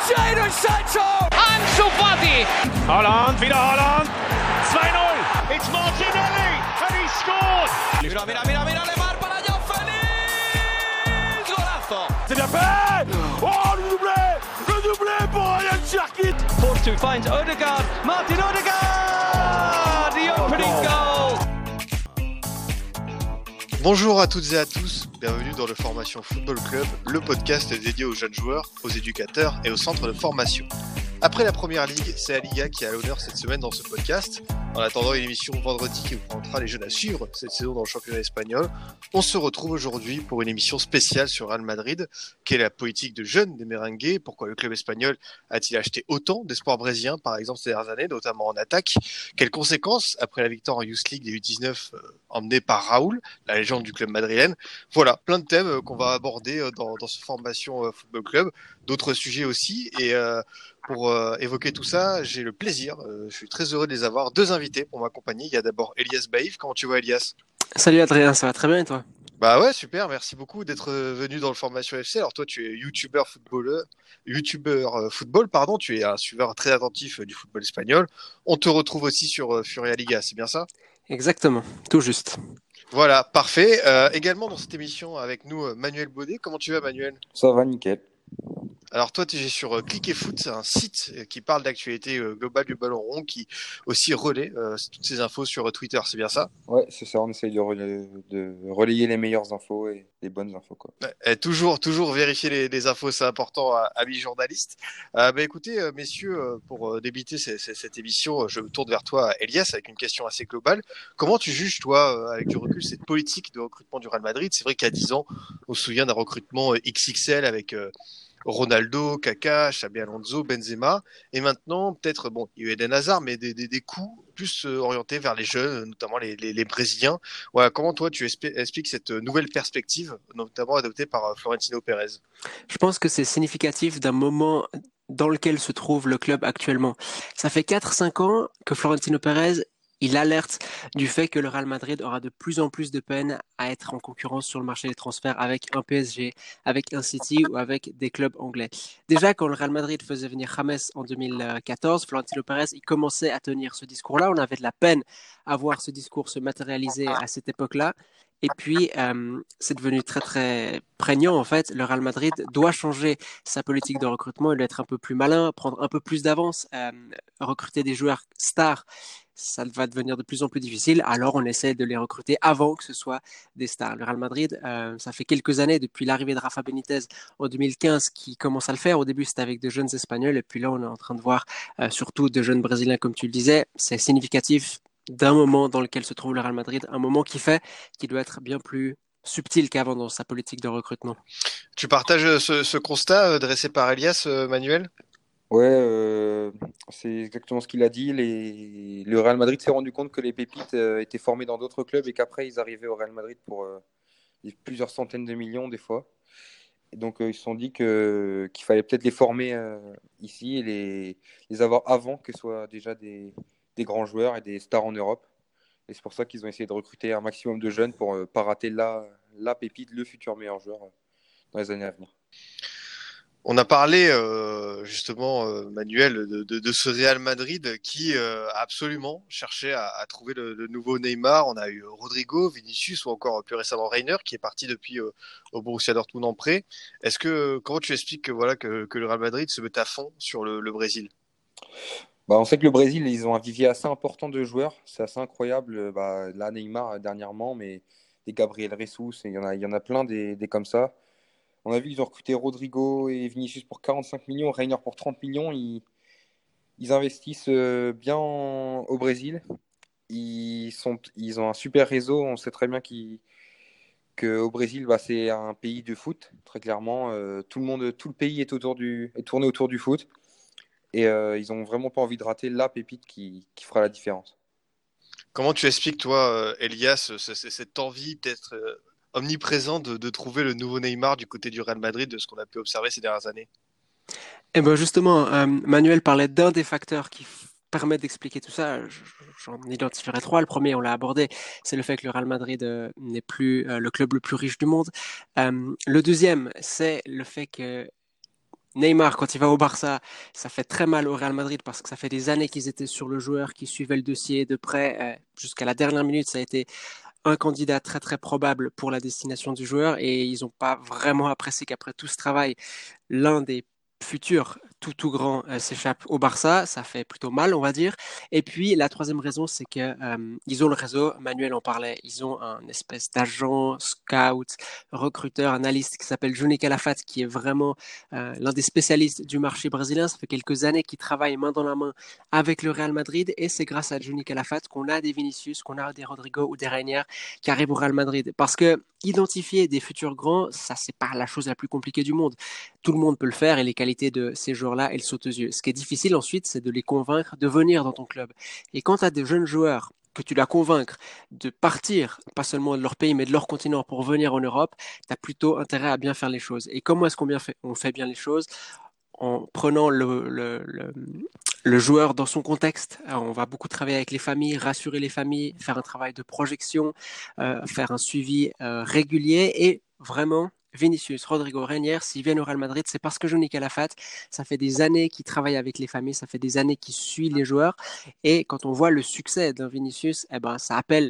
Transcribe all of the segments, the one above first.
Jadon Sancho! Ansu Fati! Haaland, wieder Haaland! 2-0! It's Martinelli and he scored! Mira, Lemar para João Félix! Golazo! C'est bien fait! Oh, le doublé pour Ryan Cherki! Force finds Odegaard. Martin Odegaard! The opening goal! Bonjour à toutes et à tous, bienvenue dans le Formation Football Club, le podcast dédié aux jeunes joueurs, aux éducateurs et aux centres de formation. Après la Première Ligue, c'est la Liga qui a l'honneur cette semaine dans ce podcast. En attendant une émission vendredi qui vous présentera les jeunes à suivre cette saison dans le championnat espagnol, on se retrouve aujourd'hui pour une émission spéciale sur Real Madrid. Quelle est la politique de jeunes des Merengues? Pourquoi le club espagnol a-t-il acheté autant d'espoirs brésiliens, par exemple, ces dernières années, notamment en attaque? Quelles conséquences après la victoire en Youth League des U19 emmenée par Raúl, la légende du club madrilène? Voilà, plein de thèmes qu'on va aborder dans ce Formation Football Club. D'autres sujets aussi. Et pour évoquer tout ça, j'ai le plaisir, je suis très heureux de les avoir, deux invités pour m'accompagner. Il y a d'abord Elias Baïf. Comment tu vas, Elias? Salut Adrien, ça va très bien et toi? Bah ouais, super, merci beaucoup d'être venu dans le Formation FC. Alors toi, tu es youtubeur football, tu es un suiveur très attentif du football espagnol. On te retrouve aussi sur Furia Liga, c'est bien ça? Exactement, tout juste. Voilà, parfait. Également dans cette émission avec nous, Manuel Baudet. Comment tu vas, Manuel? Ça va, nickel. Alors toi, tu es sur Click et Foot, c'est un site qui parle d'actualité globale du ballon rond, qui aussi relaie toutes ces infos sur Twitter, c'est bien ça? Ouais, c'est ça, on essaye de relayer les meilleures infos et les bonnes infos, quoi. Et toujours vérifier les infos, c'est important, amis journalistes. Écoutez, messieurs, pour débuter cette émission, je me tourne vers toi, Elias, avec une question assez globale. Comment tu juges, toi, avec du recul, cette politique de recrutement du Real Madrid? C'est vrai qu'il y a 10 ans, on se souvient d'un recrutement XXL avec Ronaldo, Kaka, Xabi Alonso, Benzema, et maintenant peut-être il y a eu Eden Hazard, mais des coups plus orientés vers les jeunes, notamment les Brésiliens. Voilà, comment toi tu expliques cette nouvelle perspective, notamment adoptée par Florentino Pérez? Je pense que c'est significatif d'un moment dans lequel se trouve le club actuellement. Ça fait 4-5 ans que Florentino Pérez il alerte du fait que le Real Madrid aura de plus en plus de peine à être en concurrence sur le marché des transferts avec un PSG, avec un City ou avec des clubs anglais. Déjà, quand le Real Madrid faisait venir James en 2014, Florentino Pérez, il commençait à tenir ce discours-là. On avait de la peine à voir ce discours se matérialiser à cette époque-là. Et puis, c'est devenu très, très prégnant, en fait. Le Real Madrid doit changer sa politique de recrutement. Il doit être un peu plus malin, prendre un peu plus d'avance, recruter des joueurs stars. Ça va devenir de plus en plus difficile. Alors, on essaie de les recruter avant que ce soit des stars. Le Real Madrid, ça fait quelques années, depuis l'arrivée de Rafa Benitez en 2015, qui commence à le faire. Au début, c'était avec de jeunes Espagnols. Et puis là, on est en train de voir surtout de jeunes Brésiliens, comme tu le disais. C'est significatif d'un moment dans lequel se trouve le Real Madrid, un moment qui doit être bien plus subtil qu'avant dans sa politique de recrutement. Tu partages ce constat dressé par Elias, Manuel? Ouais, c'est exactement ce qu'il a dit. Le Real Madrid s'est rendu compte que les pépites étaient formés dans d'autres clubs et qu'après ils arrivaient au Real Madrid pour plusieurs centaines de millions des fois. Et donc ils se sont dit qu'il fallait peut-être les former ici et les avoir avant que ce soit déjà des grands joueurs et des stars en Europe. Et c'est pour ça qu'ils ont essayé de recruter un maximum de jeunes pour pas rater la pépite, le futur meilleur joueur dans les années à venir. On a parlé justement, Manuel, de ce Real Madrid qui a absolument cherché à trouver le nouveau Neymar. On a eu Rodrigo, Vinicius ou encore plus récemment Reiner qui est parti depuis au Borussia Dortmund en prêt. Comment tu expliques que le Real Madrid se mette à fond sur le Brésil? On sait que le Brésil, ils ont un vivier assez important de joueurs. C'est assez incroyable. Là, Neymar dernièrement, mais des Gabriel Jesus, il y en a plein des comme ça. On a vu qu'ils ont recruté Rodrigo et Vinicius pour 45 millions, Reiner pour 30 millions. Ils investissent bien au Brésil. Ils ont un super réseau. On sait très bien qu'au Brésil, c'est un pays de foot, très clairement. Tout le pays est tourné autour du foot. Et ils n'ont vraiment pas envie de rater la pépite qui fera la différence. Comment tu expliques, toi, Elias, cette envie peut-être omniprésente de trouver le nouveau Neymar du côté du Real Madrid, de ce qu'on a pu observer ces dernières années? Eh ben justement, Manuel parlait d'un des facteurs qui permettent d'expliquer tout ça. J'en identifierai 3. Le premier, on l'a abordé, c'est le fait que le Real Madrid n'est plus le club le plus riche du monde. Le deuxième, c'est le fait que Neymar, quand il va au Barça, ça fait très mal au Real Madrid parce que ça fait des années qu'ils étaient sur le joueur, qui suivaient le dossier de près. Jusqu'à la dernière minute, ça a été un candidat très très probable pour la destination du joueur et ils n'ont pas vraiment apprécié qu'après tout ce travail, l'un des futurs tout grand s'échappe au Barça, ça fait plutôt mal on va dire. Et puis la troisième raison c'est que ils ont le réseau, Manuel en parlait, ils ont un espèce d'agent, scout, recruteur, analyste qui s'appelle Johnny Calafat qui est vraiment l'un des spécialistes du marché brésilien. Ça fait quelques années qu'il travaille main dans la main avec le Real Madrid et c'est grâce à Johnny Calafat qu'on a des Vinicius, qu'on a des Rodrigo ou des Reinier qui arrivent au Real Madrid. Parce que identifier des futurs grands, ça c'est pas la chose la plus compliquée du monde. Tout le monde peut le faire et les qualités de ces joueurs-là, elles sautent aux yeux. Ce qui est difficile ensuite, c'est de les convaincre de venir dans ton club. Et quand tu as des jeunes joueurs que tu dois convaincre de partir, pas seulement de leur pays, mais de leur continent pour venir en Europe, tu as plutôt intérêt à bien faire les choses. Et comment est-ce on fait bien les choses? En prenant le joueur dans son contexte. Alors, on va beaucoup travailler avec les familles, rassurer les familles, faire un travail de projection, faire un suivi régulier et vraiment Vinicius, Rodrigo, Reinier, s'ils viennent au Real Madrid, c'est parce que Johnny Calafat, ça fait des années qu'il travaille avec les familles, ça fait des années qu'il suit les joueurs et quand on voit le succès d'un Vinicius, eh ben, ça appelle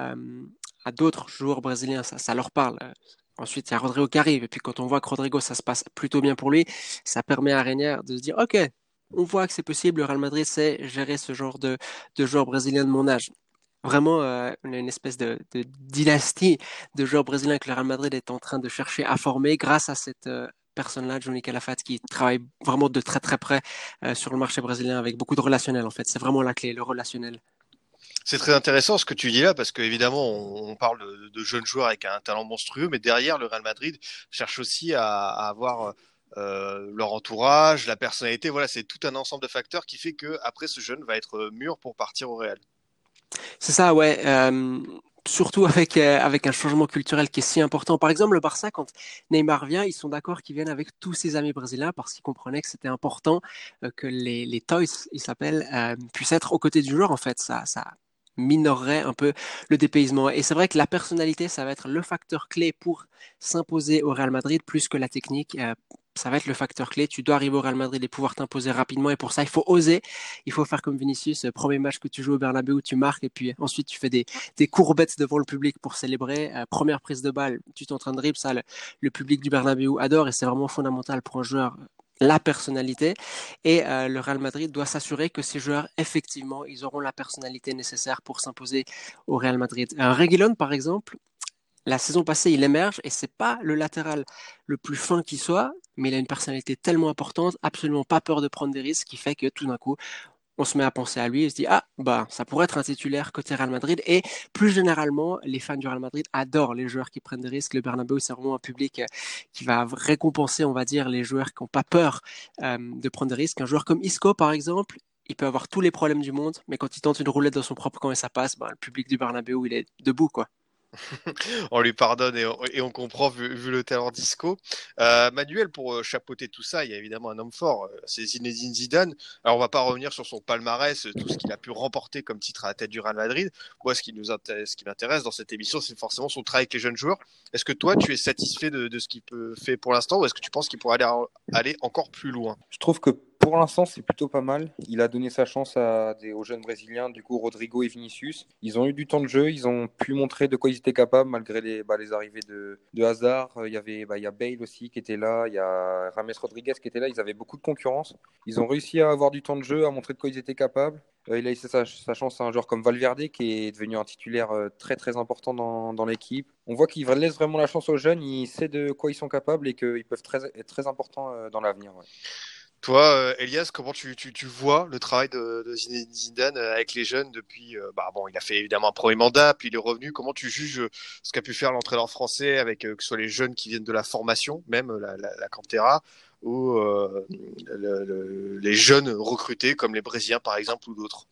à d'autres joueurs brésiliens, ça leur parle. Ensuite, il y a Rodrigo qui arrive. Et puis, quand on voit que Rodrigo, ça se passe plutôt bien pour lui, ça permet à Reinier de se dire, OK, on voit que c'est possible. Le Real Madrid sait gérer ce genre de joueurs brésiliens de mon âge. Vraiment, on a une espèce de dynastie de joueurs brésiliens que le Real Madrid est en train de chercher à former grâce à cette personne-là, Johnny Calafat, qui travaille vraiment de très très près sur le marché brésilien avec beaucoup de relationnel, en fait. C'est vraiment la clé, le relationnel. C'est très intéressant ce que tu dis là, parce qu'évidemment, on parle de jeunes joueurs avec un talent monstrueux, mais derrière, le Real Madrid cherche aussi à avoir leur entourage, la personnalité. Voilà, c'est tout un ensemble de facteurs qui fait que après ce jeune va être mûr pour partir au Real. C'est ça, ouais. Surtout avec un changement culturel qui est si important. Par exemple, le Barça, quand Neymar vient, ils sont d'accord qu'ils viennent avec tous ses amis brésiliens parce qu'ils comprenaient que c'était important que les toys, ils s'appellent, puissent être aux côtés du joueur. En fait, ça minorerait un peu le dépaysement. Et c'est vrai que la personnalité, ça va être le facteur clé pour s'imposer au Real Madrid plus que la technique. Ça va être le facteur clé. Tu dois arriver au Real Madrid et pouvoir t'imposer rapidement. Et pour ça, il faut oser. Il faut faire comme Vinicius. Premier match que tu joues au Bernabéu, tu marques. Et puis ensuite, tu fais des courbettes devant le public pour célébrer. Première prise de balle, tu t'es en train de dribble. Ça, le public du Bernabéu adore. Et c'est vraiment fondamental pour un joueur la personnalité et le Real Madrid doit s'assurer que ces joueurs effectivement ils auront la personnalité nécessaire pour s'imposer au Real Madrid. Reguilón par exemple, la saison passée il émerge et c'est pas le latéral le plus fin qui soit, mais il a une personnalité tellement importante, absolument pas peur de prendre des risques, qui fait que tout d'un coup on se met à penser à lui et se dit ah bah ça pourrait être un titulaire côté Real Madrid. Et plus généralement les fans du Real Madrid adorent les joueurs qui prennent des risques. Le Bernabéu c'est vraiment un public qui va récompenser on va dire les joueurs qui n'ont pas peur de prendre des risques. Un joueur comme Isco par exemple, il peut avoir tous les problèmes du monde, mais quand il tente une roulette dans son propre camp et ça passe, bah, le public du Bernabéu il est debout quoi. On lui pardonne et on comprend vu le talent d'Isco. Manuel, pour chapeauter tout ça, il y a évidemment un homme fort, c'est Zinedine Zidane. Alors on va pas revenir sur son palmarès, tout ce qu'il a pu remporter comme titre à la tête du Real Madrid. Moi, ce qui m'intéresse dans cette émission, c'est forcément son travail avec les jeunes joueurs. Est-ce que toi, tu es satisfait de ce qu'il peut faire pour l'instant, ou est-ce que tu penses qu'il pourrait aller encore plus loin? Je trouve que pour l'instant, c'est plutôt pas mal. Il a donné sa chance aux jeunes Brésiliens, du coup Rodrigo et Vinicius. Ils ont eu du temps de jeu, ils ont pu montrer de quoi ils étaient capables malgré les arrivées de Hazard. Il y a Bale aussi qui était là, il y a Rames Rodriguez qui était là. Ils avaient beaucoup de concurrence. Ils ont réussi à avoir du temps de jeu, à montrer de quoi ils étaient capables. Il a laissé sa chance à un joueur comme Valverde qui est devenu un titulaire très très important dans l'équipe. On voit qu'il laisse vraiment la chance aux jeunes, il sait de quoi ils sont capables et qu'ils peuvent être très importants dans l'avenir. Ouais. Toi, Elias, comment tu vois le travail de Zinedine Zidane avec les jeunes depuis il a fait évidemment un premier mandat, puis il est revenu. Comment tu juges ce qu'a pu faire l'entraîneur français avec que ce soit les jeunes qui viennent de la formation, même la Cantera, ou les jeunes recrutés comme les Brésiliens par exemple ou d'autres?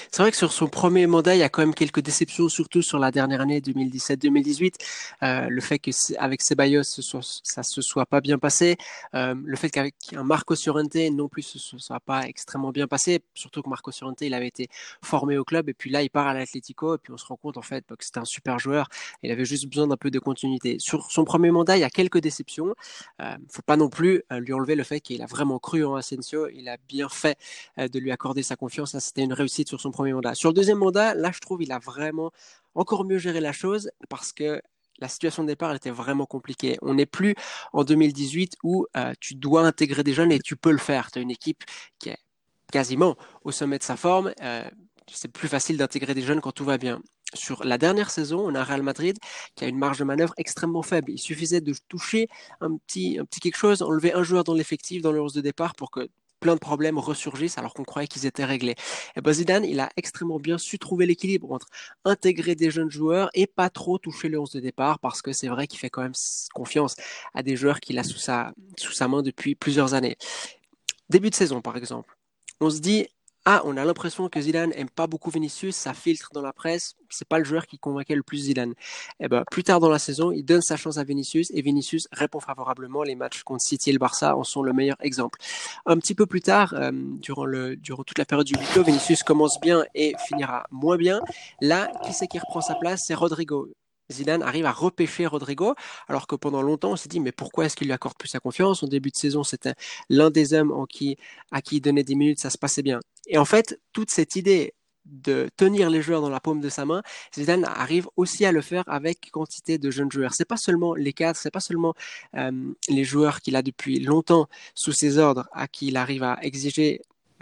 C'est vrai que sur son premier mandat, il y a quand même quelques déceptions, surtout sur la dernière année 2017-2018. Le fait que avec Ceballos, ça se soit pas bien passé. Le fait qu'avec un Marcos Llorente non plus ce soit pas extrêmement bien passé. Surtout que Marcos Llorente, il avait été formé au club et puis là, il part à l'Atlético et puis on se rend compte en fait que c'était un super joueur. Il avait juste besoin d'un peu de continuité. Sur son premier mandat, il y a quelques déceptions. Faut pas non plus lui enlever le fait qu'il a vraiment cru en Asensio. Il a bien fait de lui accorder sa confiance. Ça, c'était une réussite sur son premier mandat. Sur le deuxième mandat, là, je trouve il a vraiment encore mieux géré la chose parce que la situation de départ elle était vraiment compliquée. On n'est plus en 2018 où tu dois intégrer des jeunes et tu peux le faire. Tu as une équipe qui est quasiment au sommet de sa forme. C'est plus facile d'intégrer des jeunes quand tout va bien. Sur la dernière saison, on a Real Madrid qui a une marge de manœuvre extrêmement faible. Il suffisait de toucher un petit quelque chose, enlever un joueur dans l'effectif, dans le 11 de départ pour que plein de problèmes ressurgissent alors qu'on croyait qu'ils étaient réglés. Et ben Zidane, il a extrêmement bien su trouver l'équilibre entre intégrer des jeunes joueurs et pas trop toucher le 11 de départ parce que c'est vrai qu'il fait quand même confiance à des joueurs qu'il a sous sa main depuis plusieurs années. Début de saison, par exemple. On se dit, on a l'impression que Zidane aime pas beaucoup Vinicius, ça filtre dans la presse, c'est pas le joueur qui convainquait le plus Zidane. Et ben, plus tard dans la saison, il donne sa chance à Vinicius et Vinicius répond favorablement. Les matchs contre City et le Barça en sont le meilleur exemple. Un petit peu plus tard, durant toute la période du huis clos, Vinicius commence bien et finira moins bien. Là, qui c'est qui reprend sa place? C'est Rodrigo. Zidane arrive à repêcher Rodrigo, alors que pendant longtemps on s'est dit mais pourquoi est-ce qu'il lui accorde plus sa confiance? En début de saison, c'était l'un des hommes à qui il donnait 10 minutes, ça se passait bien. Et en fait, toute cette idée de tenir les joueurs dans la paume de sa main, Zidane arrive aussi à le faire avec quantité de jeunes joueurs. C'est pas seulement les cadres, c'est pas seulement les joueurs qu'il a depuis longtemps sous ses ordres à qui il arrive à exiger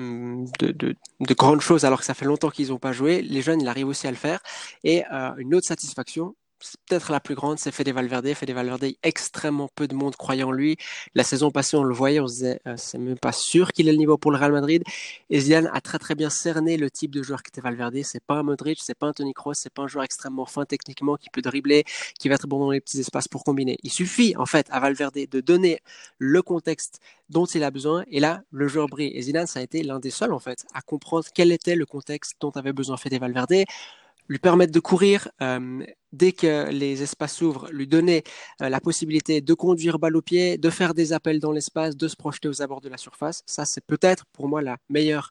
de grandes choses alors que ça fait longtemps qu'ils n'ont pas joué. Les jeunes, il arrive aussi à le faire. Et une autre satisfaction, c'est peut-être la plus grande, c'est Fede Valverde. Fede Valverde, extrêmement peu de monde croyait en lui. La saison passée, on le voyait, on se disait, c'est même pas sûr qu'il ait le niveau pour le Real Madrid. Et Zidane a très très bien cerné le type de joueur qu'était Valverde. C'est pas un Modric, c'est pas un Toni Kroos, c'est pas un joueur extrêmement fin techniquement qui peut dribbler, qui va être bon dans les petits espaces pour combiner. Il suffit en fait à Valverde de donner le contexte dont il a besoin et là, le joueur brille. Et Zidane, ça a été l'un des seuls en fait à comprendre quel était le contexte dont avait besoin Fede Valverde. Lui permettre de courir dès que les espaces s'ouvrent, lui donner la possibilité de conduire balle au pied, de faire des appels dans l'espace, de se projeter aux abords de la surface. Ça, c'est peut-être pour moi la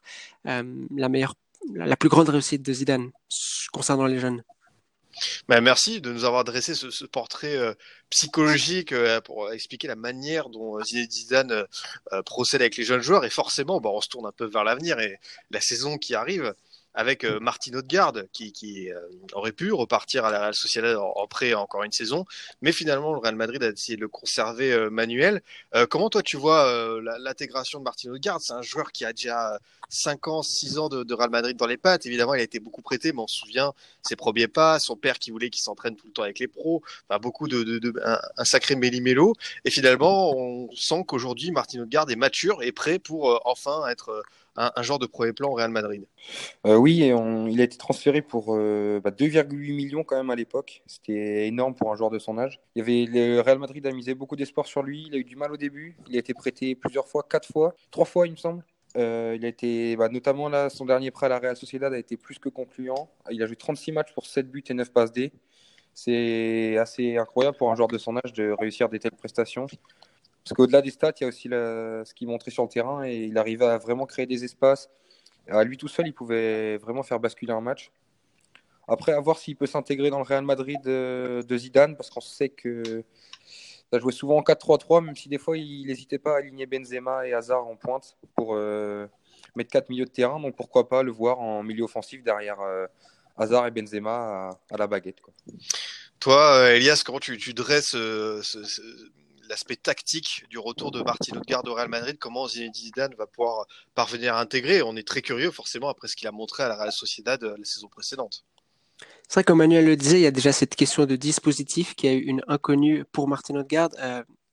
plus grande réussite de Zidane concernant les jeunes. Merci de nous avoir dressé ce portrait psychologique pour expliquer la manière dont Zinedine Zidane procède avec les jeunes joueurs. Et forcément, on se tourne un peu vers l'avenir et la saison qui arrive avec Martin Odegaard qui aurait pu repartir à la Real Sociedad en prêt encore une saison, mais finalement le Real Madrid a décidé de le conserver manuel. Comment toi tu vois l'intégration de Martin Odegaard? C'est un joueur qui a déjà 5 ans, 6 ans de Real Madrid dans les pattes. Évidemment, il a été beaucoup prêté, mais on se souvient ses premiers pas, son père qui voulait qu'il s'entraîne tout le temps avec les pros, beaucoup un sacré méli-mélo. Et finalement, on sent qu'aujourd'hui, Martin Odegaard est mature et prêt pour enfin être un genre de premier plan au Real Madrid. Oui, il a été transféré pour 2,8 millions quand même à l'époque. C'était énorme pour un joueur de son âge. Le Real Madrid a misé beaucoup d'espoir sur lui. Il a eu du mal au début. Il a été prêté plusieurs fois, 4 fois, 3 fois il me semble. Il a été, notamment là, son dernier prêt à la Real Sociedad a été plus que concluant. Il a joué 36 matchs pour 7 buts et 9 passes D. C'est assez incroyable pour un joueur de son âge de réussir des telles prestations. Parce qu'au-delà des stats, il y a aussi ce qu'il montrait sur le terrain et il arrivait à vraiment créer des espaces. À lui tout seul, il pouvait vraiment faire basculer un match. Après, à voir s'il peut s'intégrer dans le Real Madrid de Zidane, parce qu'on sait que ça jouait souvent en 4-3-3, même si des fois, il n'hésitait pas à aligner Benzema et Hazard en pointe pour mettre 4 milieux de terrain. Donc pourquoi pas le voir en milieu offensif derrière Hazard et Benzema à la baguette, quoi. Toi, Elias, comment tu dresses l'aspect tactique du retour de Martin Odegaard au Real Madrid? Comment Zinedine Zidane va pouvoir parvenir à intégrer? On est très curieux forcément après ce qu'il a montré à la Real Sociedad la saison précédente. C'est vrai, comme Manuel le disait, il y a déjà cette question de dispositif qui est une inconnue pour Martin Odegaard.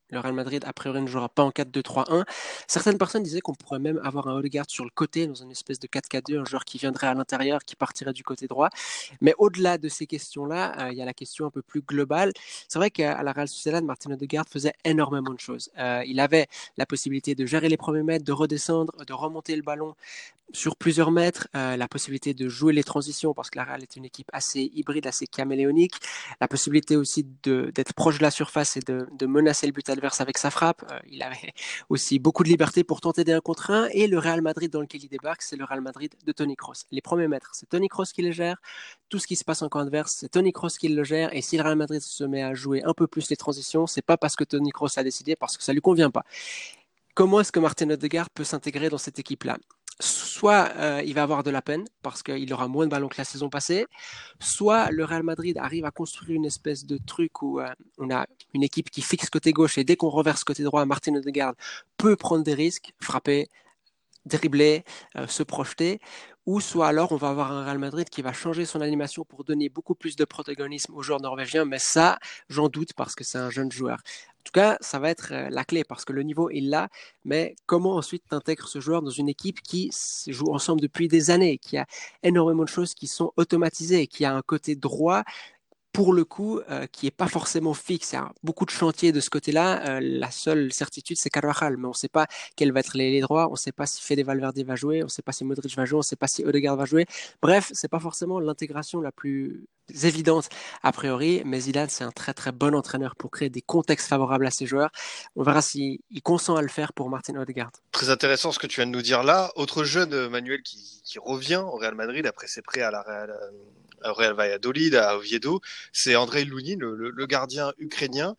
le Real Madrid, a priori, ne jouera pas en 4-2-3-1. Certaines personnes disaient qu'on pourrait même avoir un Odegaard sur le côté, dans une espèce de 4-4-2, un joueur qui viendrait à l'intérieur, qui partirait du côté droit. Mais au-delà de ces questions-là, il y a la question un peu plus globale. C'est vrai qu'à la Real Sociedad, Martin Odegaard faisait énormément de choses. Il avait la possibilité de gérer les premiers mètres, de redescendre, de remonter le ballon sur plusieurs mètres, la possibilité de jouer les transitions parce que la Real est une équipe assez hybride, assez caméléonique, la possibilité aussi d'être proche de la surface et de menacer le but adverse avec sa frappe. Il avait aussi beaucoup de liberté pour tenter des 1 contre 1 et le Real Madrid dans lequel il débarque, c'est le Real Madrid de Toni Kroos. Les premiers mètres, c'est Toni Kroos qui les gère, tout ce qui se passe en camp adverse, c'est Toni Kroos qui le gère et si le Real Madrid se met à jouer un peu plus les transitions, c'est pas parce que Toni Kroos a décidé, parce que ça lui convient pas. Comment est-ce que Martin Odegaard peut s'intégrer dans cette équipe-là? Soit il va avoir de la peine parce qu'il aura moins de ballons que la saison passée, soit le Real Madrid arrive à construire une espèce de truc où on a une équipe qui fixe côté gauche et dès qu'on reverse côté droit, Martin Odegaard peut prendre des risques, frapper, dribbler, se projeter, ou soit alors on va avoir un Real Madrid qui va changer son animation pour donner beaucoup plus de protagonisme aux joueurs norvégiens, mais ça, j'en doute parce que c'est un jeune joueur. En tout cas, ça va être la clé parce que le niveau est là, mais comment ensuite t'intègres ce joueur dans une équipe qui joue ensemble depuis des années, qui a énormément de choses qui sont automatisées, qui a un côté droit pour le coup, qui est pas forcément fixe. Il y a beaucoup de chantiers de ce côté-là. La seule certitude, c'est Carvajal, mais on ne sait pas quel va être les droits. On ne sait pas si Fede Valverde va jouer. On ne sait pas si Modric va jouer. On ne sait pas si Odegaard va jouer. Bref, c'est pas forcément l'intégration la plus évidente a priori, mais Zidane, c'est un très très bon entraîneur pour créer des contextes favorables à ses joueurs. On verra s'il consent à le faire pour Martin Odegaard. Très intéressant ce que tu viens de nous dire là. Autre jeune, Manuel, qui revient au Real Madrid après ses prêts à la Real Valladolid, à Oviedo, c'est Andrei Lunin, le gardien ukrainien.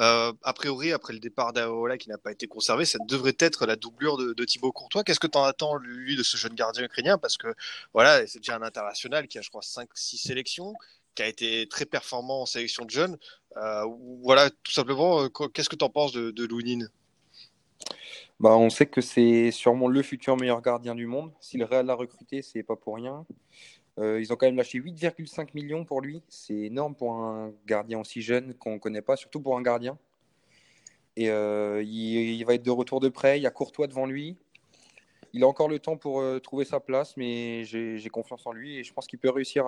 A priori, après le départ d'Aola qui n'a pas été conservé, ça devrait être la doublure de Thibaut Courtois. Qu'est-ce que tu en attends, lui, de ce jeune gardien ukrainien? Parce que voilà, c'est déjà un international qui a, je crois, 5-6 sélections, qui a été très performant en sélection de jeunes. Voilà, tout simplement, qu'est-ce que tu en penses de Lunin? Bah, on sait que c'est sûrement le futur meilleur gardien du monde. Si le Real l'a recruté, c'est pas pour rien. Ils ont quand même lâché 8,5 millions pour lui. C'est énorme pour un gardien aussi jeune qu'on ne connaît pas, surtout pour un gardien. Et il va être de retour de prêt. Il y a Courtois devant lui. Il a encore le temps pour trouver sa place, mais j'ai confiance en lui et je pense qu'il peut réussir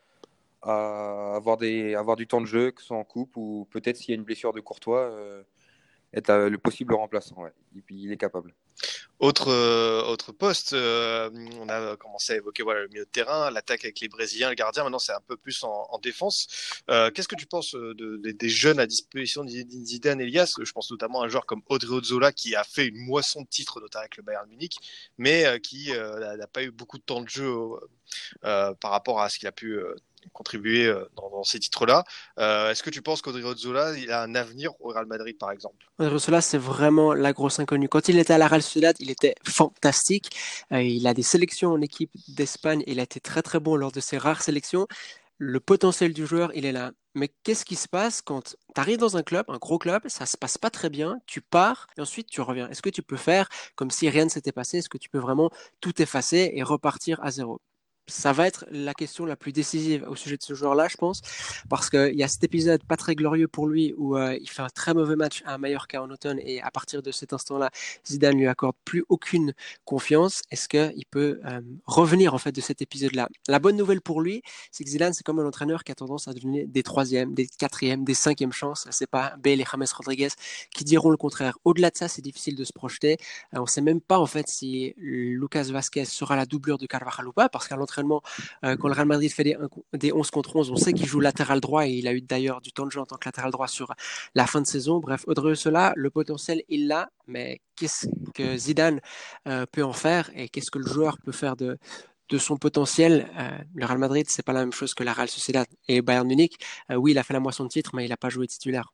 à avoir du temps de jeu, que ce soit en coupe ou peut-être s'il y a une blessure de Courtois, être le possible remplaçant. Ouais. Et puis il est capable. Autre poste, on a commencé à évoquer le milieu de terrain, l'attaque avec les Brésiliens, le gardien. Maintenant, c'est un peu plus en défense. Qu'est-ce que tu penses des jeunes à disposition de Zidane, Elias? Je pense notamment à un joueur comme Odriozola qui a fait une moisson de titres, notamment avec le Bayern Munich, mais qui n'a pas eu beaucoup de temps de jeu par rapport à ce qu'il a pu contribuer dans ces titres-là. Est-ce que tu penses qu'Odriozola il a un avenir au Real Madrid, par exemple? Odriozola, c'est vraiment la grosse inconnue. Quand il était à la Real Sociedad, il était fantastique. Il a des sélections en équipe d'Espagne. Il a été très très bon lors de ses rares sélections. Le potentiel du joueur, il est là. Mais qu'est-ce qui se passe quand tu arrives dans un club, un gros club, ça se passe pas très bien, tu pars et ensuite tu reviens? Est-ce que tu peux faire comme si rien ne s'était passé? Est-ce que tu peux vraiment tout effacer et repartir à zéro? Ça va être la question la plus décisive au sujet de ce joueur-là, je pense, parce qu'il y a cet épisode pas très glorieux pour lui où il fait un très mauvais match à Mallorca en automne et à partir de cet instant-là, Zidane lui accorde plus aucune confiance. Est-ce qu'il peut revenir en fait de cet épisode-là? La bonne nouvelle pour lui, c'est que Zidane, c'est comme un entraîneur qui a tendance à devenir des troisièmes, des quatrièmes, des cinquièmes chances. C'est pas Bale et James Rodriguez qui diront le contraire. Au-delà de ça, c'est difficile de se projeter. On sait même pas en fait si Lucas Vázquez sera la doublure de Carvajal ou pas, parce qu'à l'entraînement, quand le Real Madrid fait des 11 contre 11, on sait qu'il joue latéral droit et il a eu d'ailleurs du temps de jeu en tant que latéral droit sur la fin de saison. Bref, Odriozola, le potentiel, il l'a, mais qu'est-ce que Zidane peut en faire et qu'est-ce que le joueur peut faire de son potentiel? Le Real Madrid, c'est pas la même chose que la Real Sociedad et Bayern Munich. Oui, il a fait la moisson de titre, mais il n'a pas joué titulaire.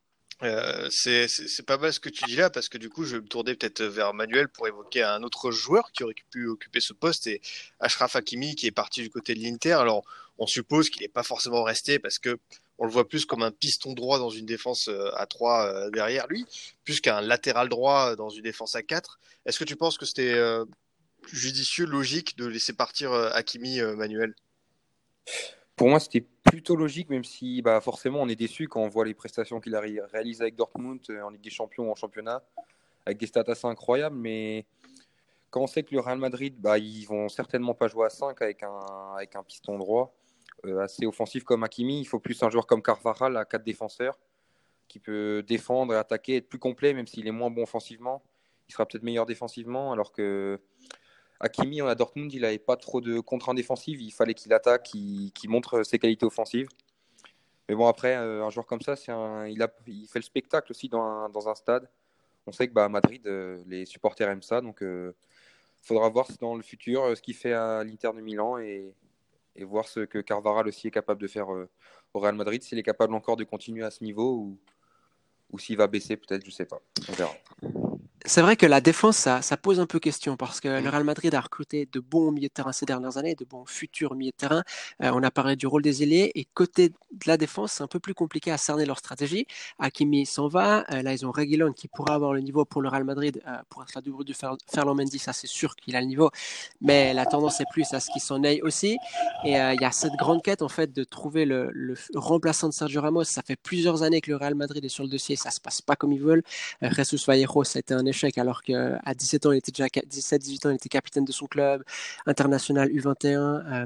C'est pas mal ce que tu dis là, parce que du coup je vais me tourner peut-être vers Manuel pour évoquer un autre joueur qui aurait pu occuper ce poste, et Achraf Hakimi qui est parti du côté de l'Inter. Alors on suppose qu'il n'est pas forcément resté parce que on le voit plus comme un piston droit dans une défense à 3 derrière lui, plus qu'un latéral droit dans une défense à 4. Est-ce que tu penses que c'était judicieux, logique de laisser partir Hakimi, Manuel? Pour moi, c'était plutôt logique, même si bah, forcément on est déçu quand on voit les prestations qu'il a réalisées avec Dortmund en Ligue des Champions ou en championnat, avec des stats assez incroyables. Mais quand on sait que le Real Madrid, bah, ils vont certainement pas jouer à 5 avec un piston droit assez offensif comme Hakimi, il faut plus un joueur comme Carvajal à 4 défenseurs qui peut défendre et attaquer, être plus complet, même s'il est moins bon offensivement. Il sera peut-être meilleur défensivement, alors que Hakimi, à Dortmund, il n'avait pas trop de contraintes défensives. Il fallait qu'il attaque, qu'il montre ses qualités offensives. Mais bon, après, un joueur comme ça, il fait le spectacle aussi dans un stade. On sait que à Madrid, les supporters aiment ça. Donc, il faudra voir dans le futur ce qu'il fait à l'Inter de Milan et voir ce que Carvajal aussi est capable de faire au Real Madrid. S'il est capable encore de continuer à ce niveau ou s'il va baisser, peut-être, je ne sais pas. On verra. C'est vrai que la défense, ça pose un peu question parce que le Real Madrid a recruté de bons milieux de terrain ces dernières années, de bons futurs milieux de terrain. On a parlé du rôle des ailiers et côté de la défense, c'est un peu plus compliqué à cerner leur stratégie. Hakimi s'en va. Là, ils ont Reguilón qui pourra avoir le niveau pour le Real Madrid pour être la double du Ferland Mendy. Ça, c'est sûr qu'il a le niveau. Mais la tendance est plus à ce qu'il s'en aille aussi. Et il y a cette grande quête en fait de trouver le remplaçant de Sergio Ramos. Ça fait plusieurs années que le Real Madrid est sur le dossier. Ça se passe pas comme ils veulent. Jesus Vallejo, ça a été un échec alors qu'à 17 ans, il était déjà 17-18 ans, il était capitaine de son club, international U21,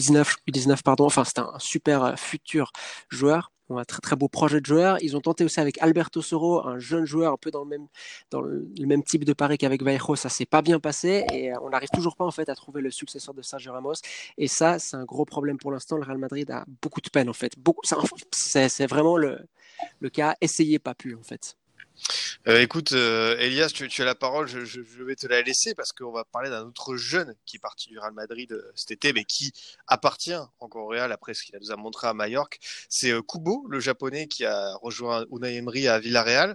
U19 pardon. Enfin, c'était un super futur joueur. Un très très beau projet de joueur. Ils ont tenté aussi avec Alberto Soro, un jeune joueur un peu dans le même type de pari qu'avec Vallejo. Ça s'est pas bien passé et on n'arrive toujours pas en fait à trouver le successeur de Sergio Ramos. Et ça, c'est un gros problème pour l'instant. Le Real Madrid a beaucoup de peine en fait. C'est vraiment le cas essayé pas pu en fait. Écoute, Elias, tu as la parole, je vais te la laisser parce qu'on va parler d'un autre jeune qui est parti du Real Madrid cet été, mais qui appartient encore au Real après ce qu'il nous a montré à Majorque. C'est Kubo, le japonais qui a rejoint Unai Emery à Villarreal.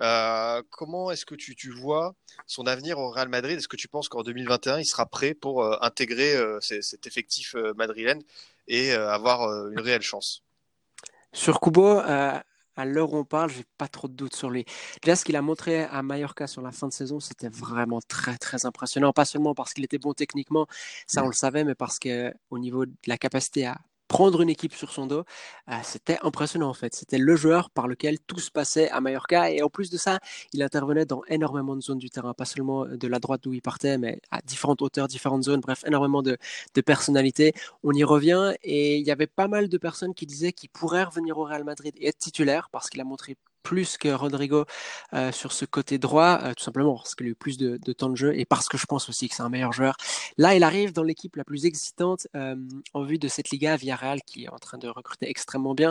Comment est-ce que tu vois son avenir au Real Madrid? Est-ce que tu penses qu'en 2021, il sera prêt pour intégrer cet effectif madrilène et avoir une réelle chance? Sur Kubo, à l'heure où on parle, j'ai pas trop de doutes sur lui. Déjà, ce qu'il a montré à Mallorca sur la fin de saison, c'était vraiment très très impressionnant. Pas seulement parce qu'il était bon techniquement, ça on le savait, mais parce que au niveau de la capacité à prendre une équipe sur son dos, c'était impressionnant en fait. C'était le joueur par lequel tout se passait à Mallorca et en plus de ça, il intervenait dans énormément de zones du terrain, pas seulement de la droite d'où il partait, mais à différentes hauteurs, différentes zones, bref, énormément de personnalités. On y revient et il y avait pas mal de personnes qui disaient qu'il pourrait revenir au Real Madrid et être titulaire parce qu'il a montré plus que Rodrigo sur ce côté droit, tout simplement parce qu'il a eu plus de temps de jeu et parce que je pense aussi que c'est un meilleur joueur. Là, il arrive dans l'équipe la plus excitante en vue de cette Liga, Villarreal, qui est en train de recruter extrêmement bien.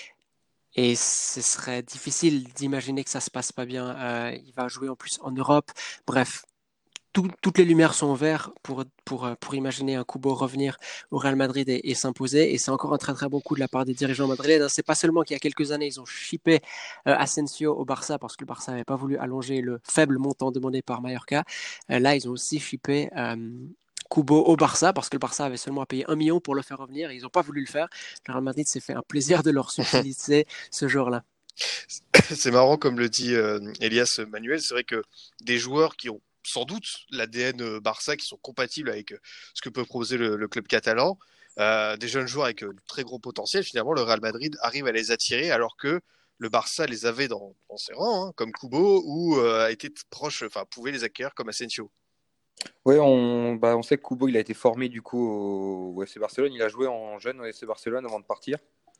Et ce serait difficile d'imaginer que ça se passe pas bien. Il va jouer en plus en Europe. Bref, toutes les lumières sont ouvertes pour imaginer un Kubo revenir au Real Madrid et s'imposer. Et c'est encore un très très bon coup de la part des dirigeants madrilènes. C'est pas seulement qu'il y a quelques années, ils ont shippé Asensio au Barça parce que le Barça n'avait pas voulu allonger le faible montant demandé par Mallorca. Là, ils ont aussi shippé Kubo au Barça parce que le Barça avait seulement à payer 1 million pour le faire revenir. Et ils n'ont pas voulu le faire. Le Real Madrid s'est fait un plaisir de leur subtiliser ce jour-là. C'est marrant, comme le dit Elias Manuel. C'est vrai que des joueurs qui ont sans doute l'ADN Barça, qui sont compatibles avec ce que peut proposer le club catalan, des jeunes joueurs avec très gros potentiel, finalement, le Real Madrid arrive à les attirer alors que le Barça les avait dans ses rangs, hein, comme Kubo, ou était proche, pouvait les acquérir comme Asensio. Oui, on sait que Kubo il a été formé du coup au FC Barcelone. Il a joué en jeune au FC Barcelone avant de partir.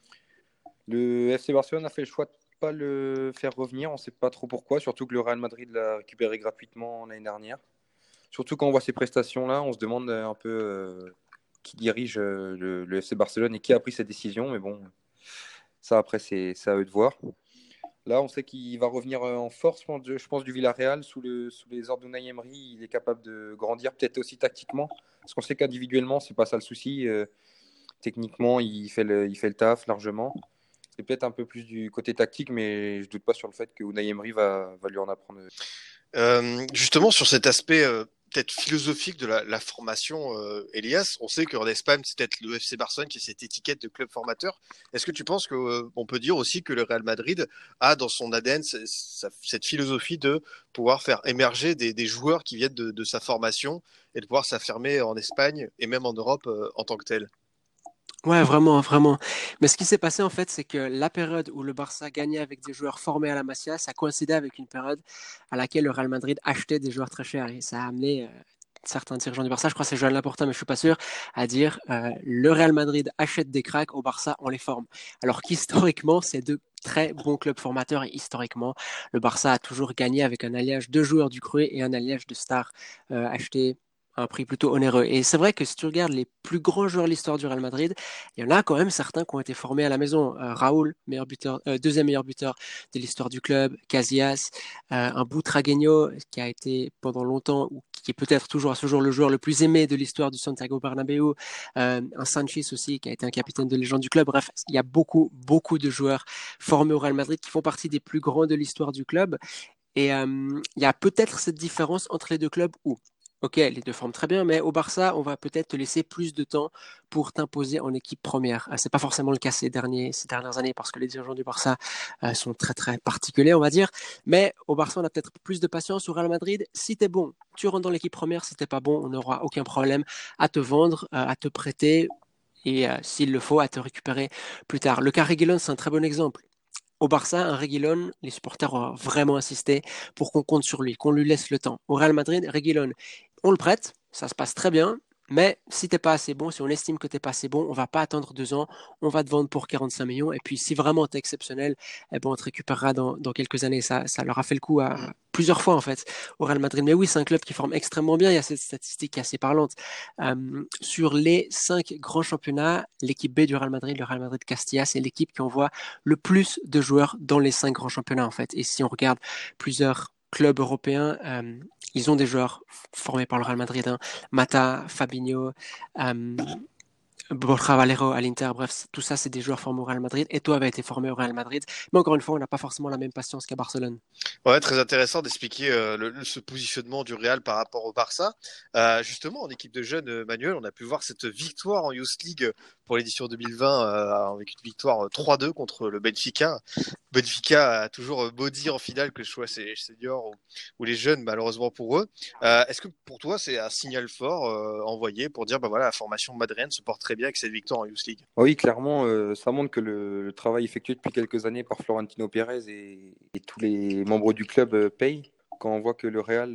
Le FC Barcelone a fait le choix de ne pas le faire revenir. On ne sait pas trop pourquoi, surtout que le Real Madrid l'a récupéré gratuitement l'année dernière. Surtout quand on voit ces prestations-là, on se demande un peu qui dirige le FC Barcelone et qui a pris cette décision. Mais bon, ça après, c'est à eux de voir. Là, on sait qu'il va revenir en force, je pense, du Villarreal. Sous les ordres d'Unai Emery, il est capable de grandir, peut-être aussi tactiquement. Parce qu'on sait qu'individuellement, ce n'est pas ça le souci. Techniquement, il fait le taf largement. C'est peut-être un peu plus du côté tactique, mais je ne doute pas sur le fait que Unai Emery va lui en apprendre. Justement, sur cet aspect peut-être philosophique de la formation, Elias, on sait qu'en Espagne, c'est peut-être le FC Barcelone qui a cette étiquette de club formateur. Est-ce que tu penses qu'on peut dire aussi que le Real Madrid a dans son ADN cette philosophie de pouvoir faire émerger des joueurs qui viennent de sa formation et de pouvoir s'affirmer en Espagne et même en Europe en tant que tel? Ouais, vraiment, vraiment. Mais ce qui s'est passé, en fait, c'est que la période où le Barça gagnait avec des joueurs formés à la Masia, ça coïncidait avec une période à laquelle le Real Madrid achetait des joueurs très chers. Et ça a amené certains dirigeants du Barça, je crois que c'est Joan Laporta, mais je suis pas sûr, à dire le Real Madrid achète des cracks, au Barça, on les forme. Alors qu'historiquement, c'est deux très bons clubs formateurs et historiquement, le Barça a toujours gagné avec un alliage de joueurs du cru et un alliage de stars achetés à un prix plutôt onéreux. Et c'est vrai que si tu regardes les plus grands joueurs de l'histoire du Real Madrid, il y en a quand même certains qui ont été formés à la maison. Raoul, meilleur buteur, deuxième meilleur buteur de l'histoire du club, Casillas, un Butragueño qui a été pendant longtemps, ou qui est peut-être toujours à ce jour le joueur le plus aimé de l'histoire du Santiago Bernabéu, un Sanchez aussi qui a été un capitaine de légende du club. Bref, il y a beaucoup, beaucoup de joueurs formés au Real Madrid qui font partie des plus grands de l'histoire du club. Et il y a peut-être cette différence entre les deux clubs où ok, les deux forment très bien, mais au Barça, on va peut-être te laisser plus de temps pour t'imposer en équipe première. C'est pas forcément le cas ces dernières années parce que les dirigeants du Barça sont très très particuliers, on va dire. Mais au Barça, on a peut-être plus de patience. Au Real Madrid, si t'es bon, tu rentres dans l'équipe première. Si t'es pas bon, on n'aura aucun problème à te vendre, à te prêter et s'il le faut, à te récupérer plus tard. Le cas Reguilón, c'est un très bon exemple. Au Barça, un Reguilón, les supporters ont vraiment insisté pour qu'on compte sur lui, qu'on lui laisse le temps. Au Real Madrid, Reguilón, on le prête, ça se passe très bien, mais si t'es pas assez bon, si on estime que t'es pas assez bon, on va pas attendre 2 ans, on va te vendre pour 45 millions, et puis si vraiment t'es exceptionnel, eh ben on te récupérera dans quelques années. Ça leur a fait le coup à plusieurs fois en fait au Real Madrid. Mais oui, c'est un club qui forme extrêmement bien, il y a cette statistique qui est assez parlante. Sur les 5 grands championnats, l'équipe B du Real Madrid, le Real Madrid Castilla, c'est l'équipe qui envoie le plus de joueurs dans les 5 grands championnats en fait. Et si on regarde plusieurs clubs européens, ils ont des joueurs formés par le Real Madrid, hein. Mata, Fabinho, Borja Valero à l'Inter, bref, tout ça, c'est des joueurs formés au Real Madrid. Eto'o avait été formé au Real Madrid. Mais encore une fois, on n'a pas forcément la même patience qu'à Barcelone. Ouais, très intéressant d'expliquer ce positionnement du Real par rapport au Barça. Justement, en équipe de jeunes, Manuel, on a pu voir cette victoire en Youth League pour l'édition 2020 avec une victoire 3-2 contre le Benfica. Benfica a toujours beau dire en finale que je sois ses seniors ou les jeunes, malheureusement pour eux. Est-ce que pour toi, c'est un signal fort envoyé pour dire, bah voilà, la formation madrienne se porte très bien avec cette victoire en Youth League? Oui, clairement, ça montre que le travail effectué depuis quelques années par Florentino Pérez et tous les membres du club paye. Quand on voit que le Real,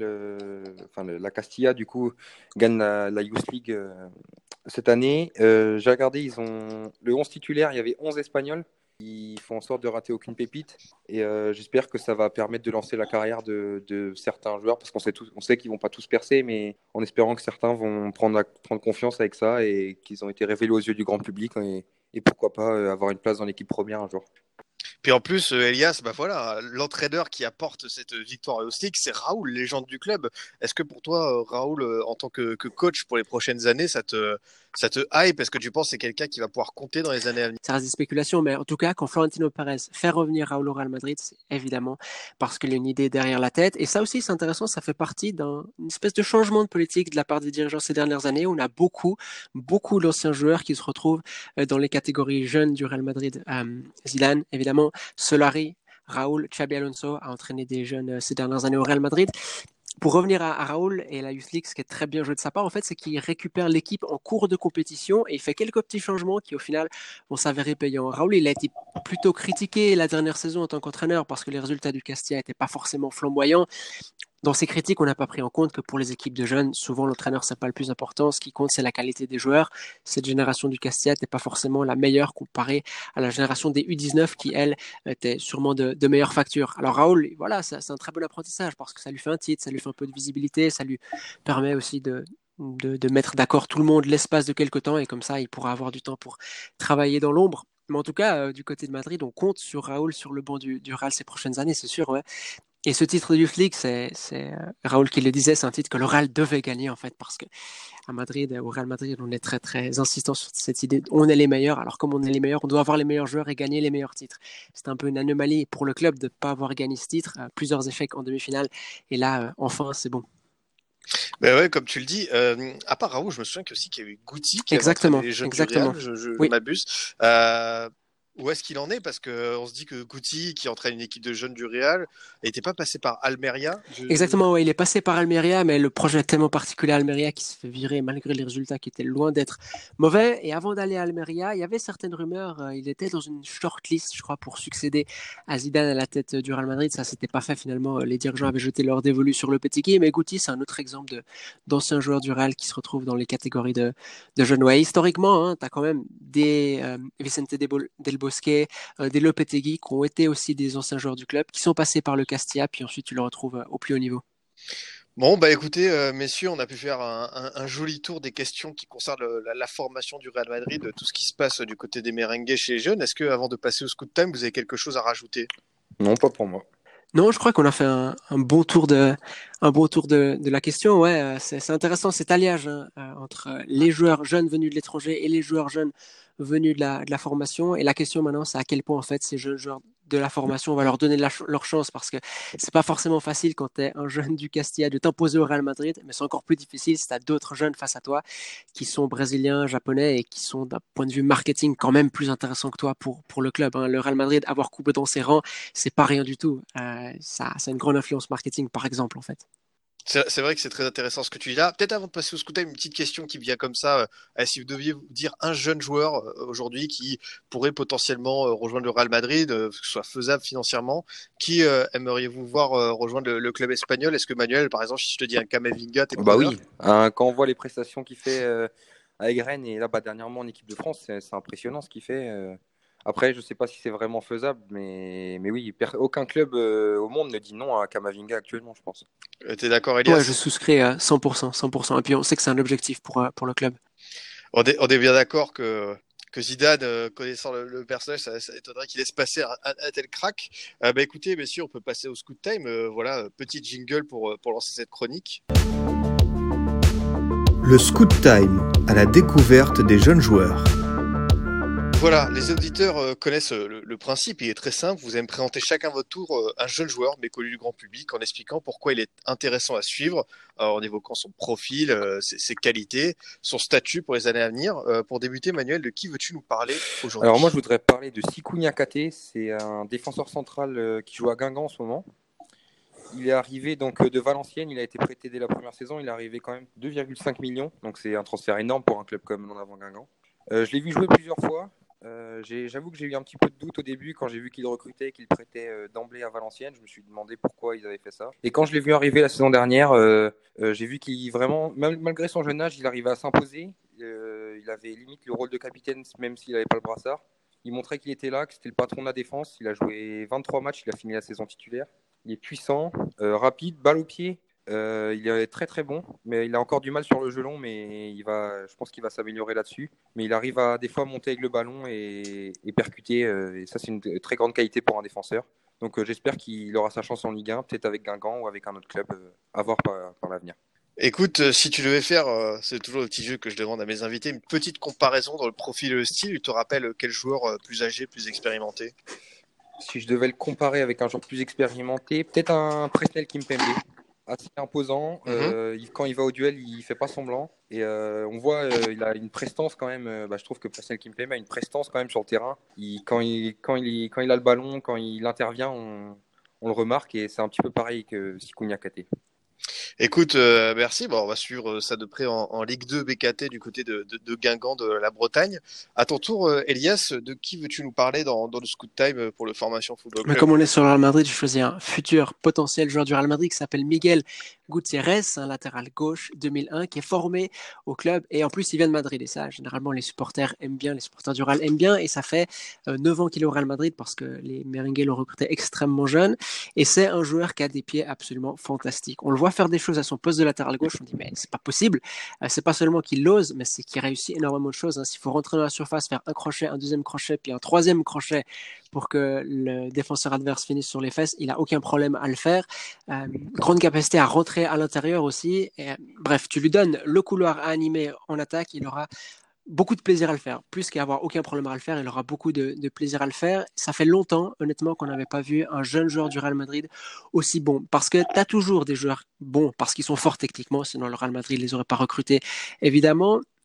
la Castilla, du coup, gagne la Youth League cette année. J'ai regardé, ils ont le 11 titulaire, il y avait 11 Espagnols. Ils font en sorte de rater aucune pépite. Et j'espère que ça va permettre de lancer la carrière de certains joueurs, parce qu'on sait qu'ils ne vont pas tous percer, mais en espérant que certains vont prendre confiance avec ça et qu'ils ont été révélés aux yeux du grand public. Et pourquoi pas avoir une place dans l'équipe première un jour. Puis en plus, Elias, bah voilà, l'entraîneur qui apporte cette victoire au stick, c'est Raoul, légende du club. Est-ce que pour toi, Raoul, en tant que coach pour les prochaines années, ça te hype? Est-ce que tu penses que c'est quelqu'un qui va pouvoir compter dans les années à venir? Ça reste des spéculations, mais en tout cas, quand Florentino Pérez fait revenir Raúl au Real Madrid, c'est évidemment parce qu'il a une idée derrière la tête. Et ça aussi, c'est intéressant, ça fait partie d'une espèce de changement de politique de la part des dirigeants ces dernières années. On a beaucoup d'anciens joueurs qui se retrouvent dans les catégories jeunes du Real Madrid. Zidane, évidemment, Solari, Raúl, Xabi Alonso a entraîné des jeunes ces dernières années au Real Madrid. Pour revenir à Raoul et la Youth League, ce qui est très bien joué de sa part, en fait, c'est qu'il récupère l'équipe en cours de compétition et il fait quelques petits changements qui, au final, vont s'avérer payants. Raoul, il a été plutôt critiqué la dernière saison en tant qu'entraîneur parce que les résultats du Castilla n'étaient pas forcément flamboyants. Dans ces critiques, on n'a pas pris en compte que pour les équipes de jeunes, souvent l'entraîneur, c'est pas le plus important. Ce qui compte, c'est la qualité des joueurs. Cette génération du Castilla n'était pas forcément la meilleure comparée à la génération des U19 qui, elle, était sûrement de meilleure facture. Alors Raoul, voilà, c'est un très bon apprentissage parce que ça lui fait un titre, ça lui fait un peu de visibilité, ça lui permet aussi de mettre d'accord tout le monde l'espace de quelques temps et comme ça, il pourra avoir du temps pour travailler dans l'ombre. Mais en tout cas, du côté de Madrid, on compte sur Raoul sur le banc du Real ces prochaines années, c'est sûr, ouais. Et ce titre de Youth League, c'est Raoul qui le disait, c'est un titre que le Real devait gagner en fait, parce que à Madrid, au Real Madrid, on est très très insistant sur cette idée, on est les meilleurs, alors comme on est les meilleurs, on doit avoir les meilleurs joueurs et gagner les meilleurs titres. C'est un peu une anomalie pour le club de ne pas avoir gagné ce titre, plusieurs échecs en demi-finale, et là, enfin, c'est bon. Ben ouais, comme tu le dis, à part Raoul, je me souviens qu'il y a eu Guti qui exactement, avait les jeunes exactement. du Real, je oui. m'abuse. où est-ce qu'il en est? Parce qu'on se dit que Guti, qui entraîne une équipe de jeunes du Real, n'était pas passé par Almeria. Exactement, ouais, il est passé par Almeria, mais le projet est tellement particulier à Almeria qu'il se fait virer malgré les résultats qui étaient loin d'être mauvais. Et avant d'aller à Almeria, il y avait certaines rumeurs. Il était dans une shortlist, je crois, pour succéder à Zidane à la tête du Real Madrid. Ça s'était pas fait finalement. Les dirigeants avaient jeté leur dévolu sur le Lopetegui. Mais Guti, c'est un autre exemple d'anciens joueurs du Real qui se retrouvent dans les catégories de jeunes. Ouais, historiquement, hein, tu as quand même des Vicente Del Bosque, des Lopetegui qui ont été aussi des anciens joueurs du club, qui sont passés par le Castilla, puis ensuite tu le retrouves au plus haut niveau. Bon, bah écoutez, messieurs, on a pu faire un joli tour des questions qui concernent la formation du Real Madrid, tout ce qui se passe du côté des merengues chez les jeunes. Est-ce que, avant de passer au scoot time, vous avez quelque chose à rajouter? Non, pas pour moi. Non, je crois qu'on a fait un bon tour de la question. Ouais, c'est intéressant cet alliage entre les joueurs jeunes venus de l'étranger et les joueurs jeunes venus de la formation. Et la question maintenant, c'est à quel point en fait ces jeunes joueurs de la formation, on va leur donner leur chance, parce que c'est pas forcément facile quand tu es un jeune du Castilla de t'imposer au Real Madrid, mais c'est encore plus difficile si tu as d'autres jeunes face à toi qui sont brésiliens, japonais et qui sont d'un point de vue marketing quand même plus intéressants que toi pour le club. Hein. Le Real Madrid, avoir Coupe dans ses rangs, c'est pas rien du tout. Ça a une grande influence marketing, par exemple, en fait. C'est vrai que c'est très intéressant ce que tu dis là. Peut-être avant de passer au scoot time, une petite question qui vient comme ça. Si vous deviez vous dire un jeune joueur aujourd'hui qui pourrait potentiellement rejoindre le Real Madrid, que ce soit faisable financièrement, qui aimeriez-vous voir rejoindre le club espagnol? Est-ce que Manuel, par exemple, si je te dis un Camavinga, t'es Bah preneur? oui, quand on voit les prestations qu'il fait avec Rennes et là dernièrement en équipe de France, c'est impressionnant ce qu'il fait. Après, je ne sais pas si c'est vraiment faisable, mais oui, aucun club au monde ne dit non à Camavinga actuellement, je pense. T'es d'accord, Elias? Ouais, je souscris à 100%. Et puis on sait que c'est un objectif pour le club. On est bien d'accord que Zidane, connaissant le personnage, ça étonnerait qu'il laisse passer un tel crack. Bah écoutez, messieurs, on peut passer au scoot time. Voilà, petit jingle pour lancer cette chronique. Le Scoot Time, à la découverte des jeunes joueurs. Voilà, les auditeurs connaissent le principe, il est très simple. Vous allez me présenter chacun votre tour un jeune joueur méconnu du grand public en expliquant pourquoi il est intéressant à suivre, en évoquant son profil, ses qualités, son statut pour les années à venir. Pour débuter, Manuel, de qui veux-tu nous parler aujourd'hui? Alors moi, je voudrais parler de Sikou Niakhaté, c'est un défenseur central qui joue à Guingamp en ce moment. Il est arrivé donc de Valenciennes, il a été prêté dès la première saison, il est arrivé quand même 2,5 millions, donc c'est un transfert énorme pour un club comme l'en avant Guingamp. Je l'ai vu jouer plusieurs fois. J'avoue que j'ai eu un petit peu de doute au début quand j'ai vu qu'il recrutait et qu'il prêtait d'emblée à Valenciennes. Je me suis demandé pourquoi ils avaient fait ça. Et quand je l'ai vu arriver la saison dernière, j'ai vu qu'il vraiment, malgré son jeune âge, il arrivait à s'imposer. Il avait limite le rôle de capitaine même s'il n'avait pas le brassard. Il montrait qu'il était là, que c'était le patron de la défense. Il a joué 23 matchs, il a fini la saison titulaire. Il est puissant, rapide, balle au pied. Il est très très bon, mais il a encore du mal sur le gelon, mais je pense qu'il va s'améliorer là-dessus. Mais il arrive à des fois monter avec le ballon et percuter, et ça c'est une très grande qualité pour un défenseur. Donc j'espère qu'il aura sa chance en Ligue 1, peut-être avec Guingamp ou avec un autre club, à voir par l'avenir. Écoute, si tu devais faire, c'est toujours le petit jeu que je demande à mes invités, une petite comparaison dans le profil et le style, tu te rappelles quel joueur plus âgé, plus expérimenté? Si je devais le comparer avec un joueur plus expérimenté, peut-être un Presnel Kimpembe. Assez imposant. Quand il va au duel, il fait pas semblant. Et on voit, il a une prestance quand même. Je trouve que Presnel Kimpembe a une prestance quand même sur le terrain. Quand il a le ballon, quand il intervient, on le remarque. Et c'est un petit peu pareil que Sikou Niakhaté. Écoute, merci. Bon, on va suivre ça de près en Ligue 2 BKT du côté de Guingamp, de la Bretagne. À ton tour, Elias, de qui veux-tu nous parler dans le Scoot Time pour le Formation Football Club? Comme on est sur le Real Madrid, j'ai choisi un futur potentiel joueur du Real Madrid qui s'appelle Miguel Gutiérrez, un latéral gauche 2001 qui est formé au club et en plus il vient de Madrid et ça généralement les supporters aiment bien, les supporters du Real aiment bien et ça fait 9 ans qu'il est au Real Madrid parce que les merengues l'ont recruté extrêmement jeune et c'est un joueur qui a des pieds absolument fantastiques. On le voit faire des choses à son poste de latéral gauche, on dit mais c'est pas possible, c'est pas seulement qu'il l'ose mais c'est qu'il réussit énormément de choses. S'il faut rentrer dans la surface, faire un crochet, un deuxième crochet puis un troisième crochet pour que le défenseur adverse finisse sur les fesses, il n'a aucun problème à le faire. Grande capacité à rentrer à l'intérieur aussi. Et, bref, tu lui donnes le couloir à animer en attaque, il aura beaucoup de plaisir à le faire. Plus qu'à avoir aucun problème à le faire, il aura beaucoup de plaisir à le faire. Ça fait longtemps, honnêtement, qu'on n'avait pas vu un jeune joueur du Real Madrid aussi bon. Parce que tu as toujours des joueurs bons, parce qu'ils sont forts techniquement, sinon le Real Madrid ne les aurait pas recrutés, évidemment.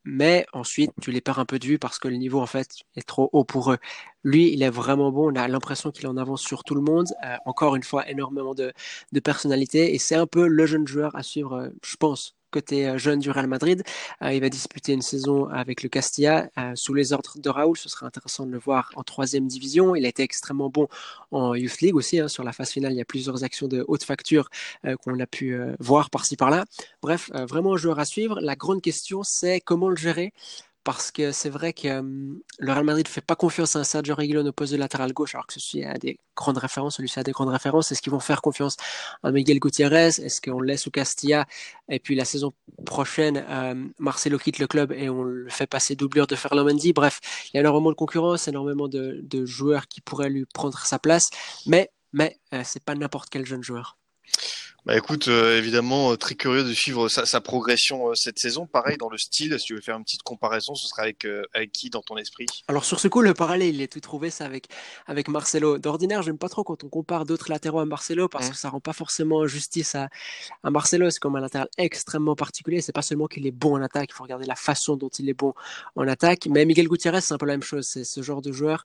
mais ensuite tu les perds un peu de vue parce que le niveau en fait est trop haut pour eux. Lui, il est vraiment bon, on a l'impression qu'il est en avance sur tout le monde, encore une fois énormément de personnalité, et c'est un peu le jeune joueur à suivre, je pense, côté jeune du Real Madrid. Il va disputer une saison avec le Castilla sous les ordres de Raúl. Ce serait intéressant de le voir en 3e division. Il a été extrêmement bon en Youth League aussi. Sur la phase finale, il y a plusieurs actions de haute facture qu'on a pu voir par-ci par-là. Bref, vraiment un joueur à suivre. La grande question, c'est comment le gérer. Parce que c'est vrai que le Real Madrid ne fait pas confiance à un Sergio Reguilón au poste de latéral gauche, alors que celui-ci a des grandes références. Est-ce qu'ils vont faire confiance à Miguel Gutiérrez? Est-ce qu'on le laisse au Castilla? Et puis la saison prochaine, Marcelo quitte le club et on le fait passer doublure de Ferland Mendy. Bref, il y a énormément de concurrence, énormément de joueurs qui pourraient lui prendre sa place. Mais c'est pas n'importe quel jeune joueur. Bah écoute, évidemment, très curieux de suivre sa progression cette saison. Pareil, dans le style, si tu veux faire une petite comparaison, ce serait avec qui dans ton esprit? Alors sur ce coup, le parallèle, il est tout trouvé, ça avec Marcelo. D'ordinaire, j'aime pas trop quand on compare d'autres latéraux à Marcelo parce que ça rend pas forcément justice à Marcelo. C'est comme un latéral extrêmement particulier. C'est pas seulement qu'il est bon en attaque, il faut regarder la façon dont il est bon en attaque. Mais Miguel Gutiérrez, c'est un peu la même chose. C'est ce genre de joueur.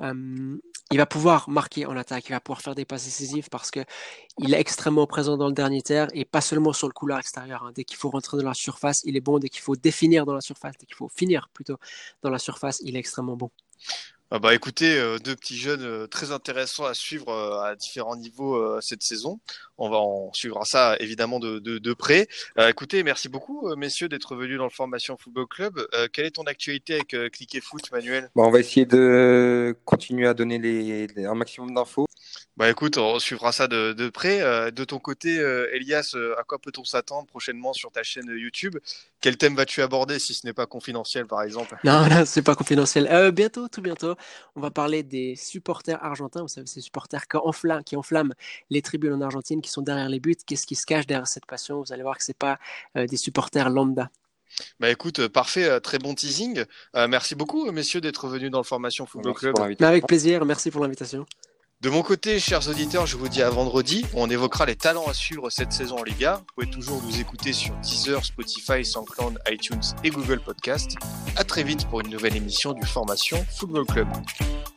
Il va pouvoir marquer en attaque, il va pouvoir faire des passes décisives parce que il est extrêmement présent dans le dernier tiers et pas seulement sur le couloir extérieur. Dès qu'il faut rentrer dans la surface, il est bon. Dès qu'il faut définir dans la surface, dès qu'il faut finir plutôt dans la surface, il est extrêmement bon. Bah écoutez, 2 petits jeunes très intéressants à suivre à différents niveaux cette saison. On suivra ça évidemment de près. Écoutez, merci beaucoup messieurs d'être venus dans le Formation Football Club. Quelle est ton actualité avec Cliquez Foot, Manuel? On va essayer de continuer à donner un maximum d'infos. Bah écoute, on suivra ça de près. De ton côté, Elias, à quoi peut-on s'attendre prochainement sur ta chaîne YouTube? Quel thème vas-tu aborder si ce n'est pas confidentiel, par exemple? Non, c'est pas confidentiel. Tout bientôt, on va parler des supporters argentins. Vous savez, ces supporters qui enflamment les tribunes en Argentine, qui sont derrière les buts. Qu'est-ce qui se cache derrière cette passion? Vous allez voir que c'est pas des supporters lambda. Bah écoute, parfait, très bon teasing. Merci beaucoup, messieurs, d'être venus dans le Formation Football Club. Avec plaisir, merci pour l'invitation. De mon côté, chers auditeurs, je vous dis à vendredi. On évoquera les talents à suivre cette saison en Liga. Vous pouvez toujours nous écouter sur Deezer, Spotify, SoundCloud, iTunes et Google Podcast. À très vite pour une nouvelle émission du Formation Football Club.